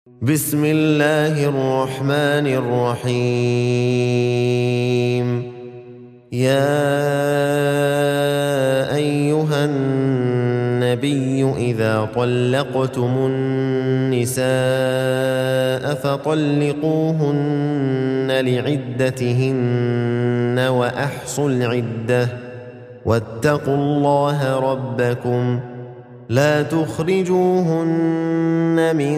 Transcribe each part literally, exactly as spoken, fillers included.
بسم الله الرحمن الرحيم. يا أيها النبي إذا طلقتم النساء فطلقوهن لعدتهن وأحصوا العدة واتقوا الله ربكم لا تخرجوهن من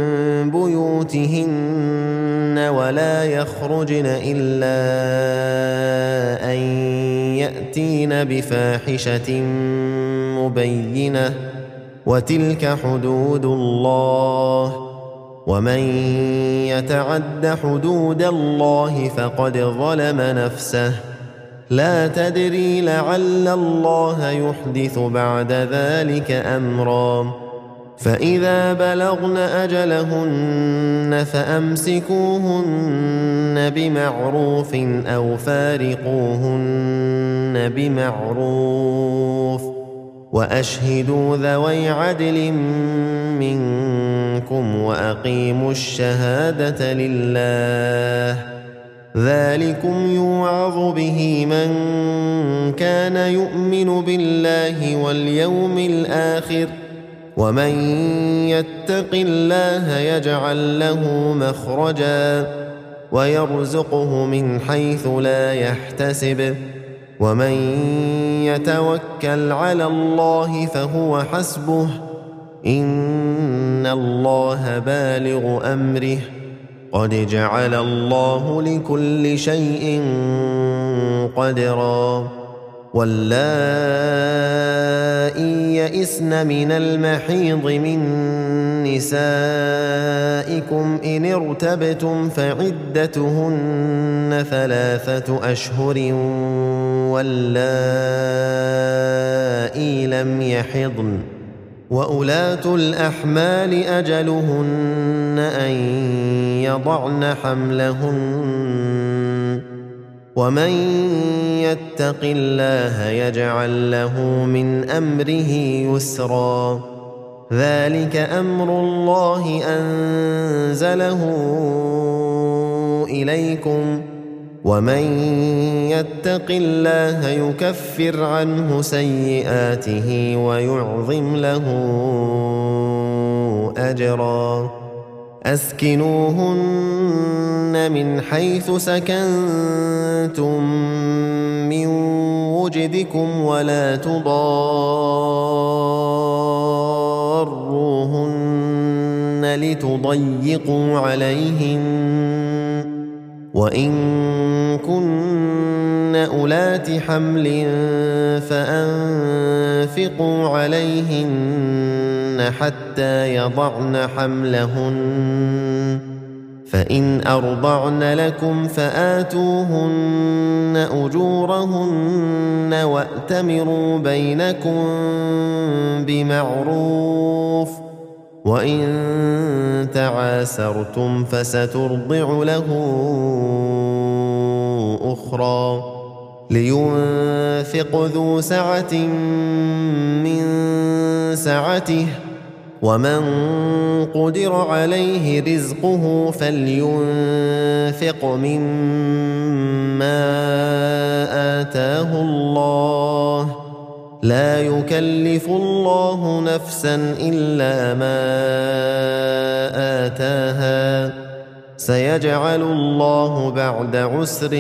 بيوتهن ولا يخرجن إلا أن يأتين بفاحشة مبينة وتلك حدود الله ومن يتعد حدود الله فقد ظلم نفسه لا تدري لعل الله يحدث بعد ذلك أمرا فإذا بلغن أجلهن فأمسكوهن بمعروف أو فارقوهن بمعروف وأشهدوا ذوي عدل منكم وأقيموا الشهادة لله ذلكم يوعظ به من كان يؤمن بالله واليوم الآخر ومن يتق الله يجعل له مخرجا ويرزقه من حيث لا يحتسب ومن يتوكل على الله فهو حسبه إن الله بالغ أمره قد جعل الله لكل شيء قدرا واللائي يئسن من المحيض من نسائكم إن ارتبتم فعدتهن ثلاثة أشهر واللائي لم يحضن وأولاة الأحمال أجلهن أن يضعن حملهن ومن يتق الله يجعل له من أمره يسرا ذلك أمر الله أنزله إليكم ومن يتق الله يكفر عنه سيئاته ويعظم له أجرا أسكنوهن من حيث سكنتم من وجدكم ولا تضاروهن لتضيقوا عليهن وإن كن أولات حمل فأنفقوا عليهن حتى يضعن حملهن فإن أرضعن لكم فآتوهن أجورهن وأتمروا بينكم بمعروف وإن تعاسرتم فسترضع له أخرى لينفق ذو سعة من سعته ومن قدر عليه رزقه فلينفق مما آتاه الله لا يكلف الله نفسا إلا ما آتاها سيجعل الله بعد عسر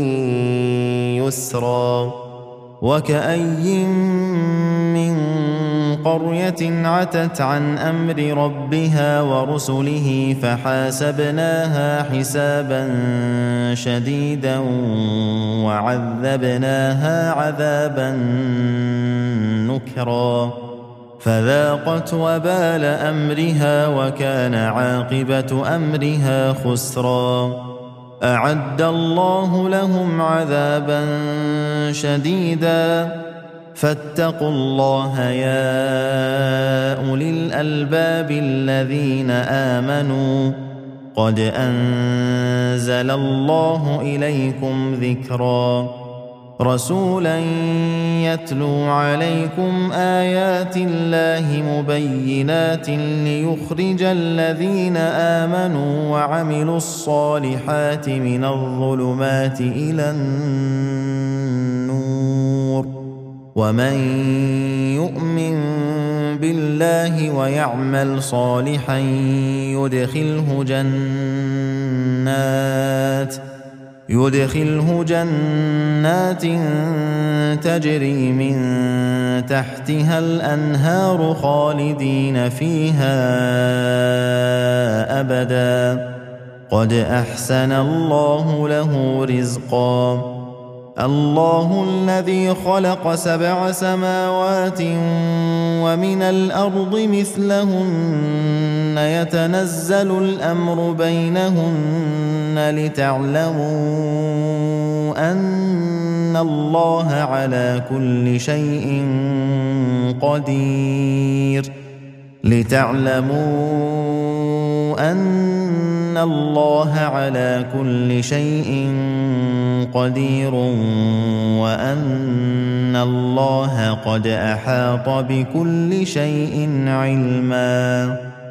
يسرا وكأي من قرية عتت عن أمر ربها ورسله فحاسبناها حسابا شديدا وعذبناها عذابا نكرا فذاقت وبال أمرها وكان عاقبة أمرها خسرا أعد الله لهم عذابا شديدا فاتقوا الله يا أولي الألباب الذين آمنوا قد أنزل الله إليكم ذكرا رسولا يتلو عليكم آيات الله مبينات ليخرج الذين آمنوا وعملوا الصالحات من الظلمات إلى النور ومن يؤمن بالله ويعمل صالحا يدخله جنات يدخله جنات تجري من تحتها الأنهار خالدين فيها أبدا قد أحسن الله له رزقا الله الذي خلق سبع سماوات ومن الأرض مثلهن يتنزل الأمر بينهن لتعلموا أن الله على كل شيء قدير لتعلموا أن الله على كل شيء قدير وأن الله قد أحاط بكل شيء علما